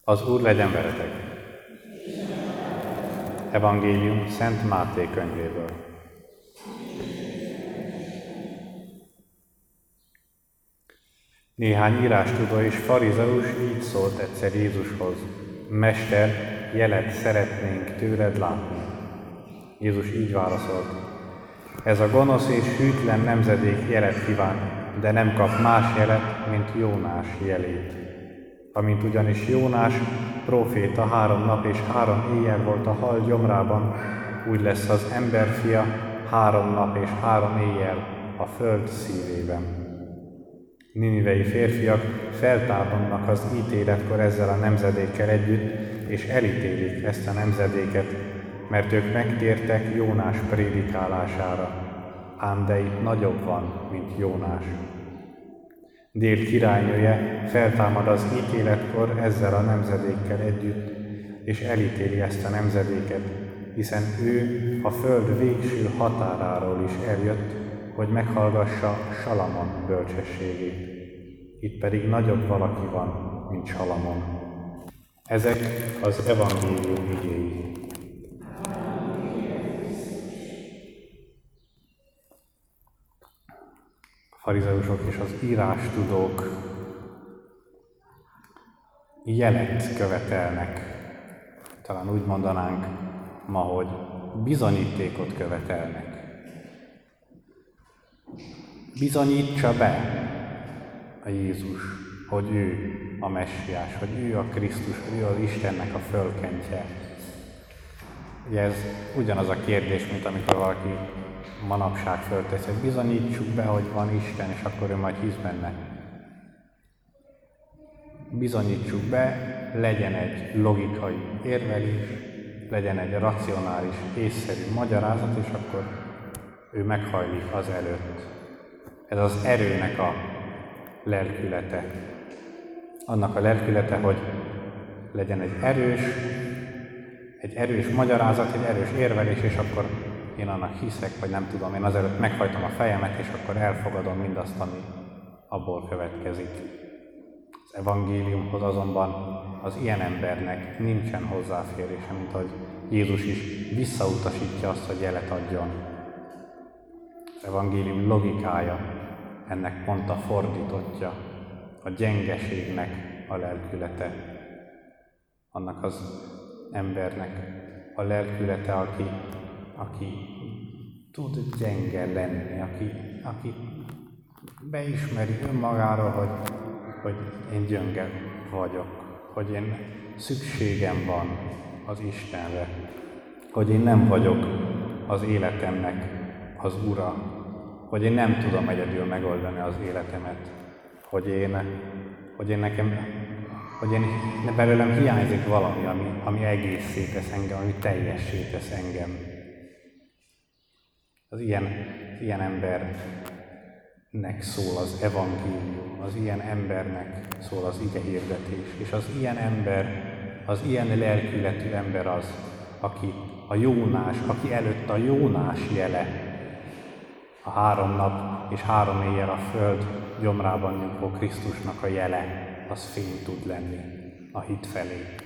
Az Úr legyen veletek! Evangélium Szent Máté könyvéből. Néhány írástudó és farizeus így szólt egyszer Jézushoz: Mester, jelet szeretnénk tőled látni. Jézus így válaszolt: Ez a gonosz és hűtlen nemzedék jelet kíván, de nem kap más jelet, mint Jónás jelét. Amint ugyanis Jónás próféta 3 nap és 3 éjjel volt a hal gyomrában, úgy lesz az emberfia 3 nap és 3 éjjel a föld szívében. Ninivei férfiak feltámadnak az ítéletkor ezzel a nemzedékkel együtt, és elítélik ezt a nemzedéket, mert ők megtértek Jónás prédikálására, ám de itt nagyobb van, mint Jónás. Dél királynője feltámad az ítéletkor ezzel a nemzedékkel együtt, és elítéli ezt a nemzedéket, hiszen ő a föld végső határáról is eljött, hogy meghallgassa Salamon bölcsességét. Itt pedig nagyobb valaki van, mint Salamon. Ezek az evangélium igéi. A farizeusok és az írástudók jelet követelnek. Talán úgy mondanánk ma, hogy bizonyítékot követelnek. Bizonyítsa be a Jézus, hogy ő a Messiás, hogy ő a Krisztus, hogy ő az Istennek a fölkentje. Ugye ez ugyanaz a kérdés, mint amikor valaki manapság föltesz, hogy bizonyítsuk be, hogy van Isten, és akkor ő majd hisz benne. Bizonyítsuk be, legyen egy logikai érvelés, legyen egy racionális, észszerű magyarázat, és akkor ő meghajlik az előtt. Ez az erőnek a lelkülete. Annak a lelkülete, hogy legyen egy erős magyarázat, egy erős érvelés, és akkor én annak hiszek, vagy nem tudom, én azelőtt meghajtom a fejemet, és akkor elfogadom mindazt, ami abból következik. Az evangéliumhoz azonban az ilyen embernek nincsen hozzáférése, mint ahogy Jézus is visszautasítja azt, hogy jelet adjon. Az evangélium logikája ennek pont a fordítottja, a gyengeségnek a lelkülete. Annak az embernek a lelkülete, aki tud gyenge lenni, aki beismeri önmagáról, hogy én gyönge vagyok, hogy én szükségem van az Istenre, hogy én nem vagyok az életemnek az ura, hogy én nem tudom egyedül megoldani az életemet, hogy belőlem hiányzik valami, ami egészé tesz engem, ami teljessé tesz engem. Az ilyen embernek szól az evangélium, az ilyen embernek szól az igehirdetés, és az ilyen ember, az ilyen lelkületű ember az, aki előtt a Jónás jele, a 3 nap és 3 éjjel a föld gyomrában nyugvó Krisztusnak a jele, az fény tud lenni a hit felé.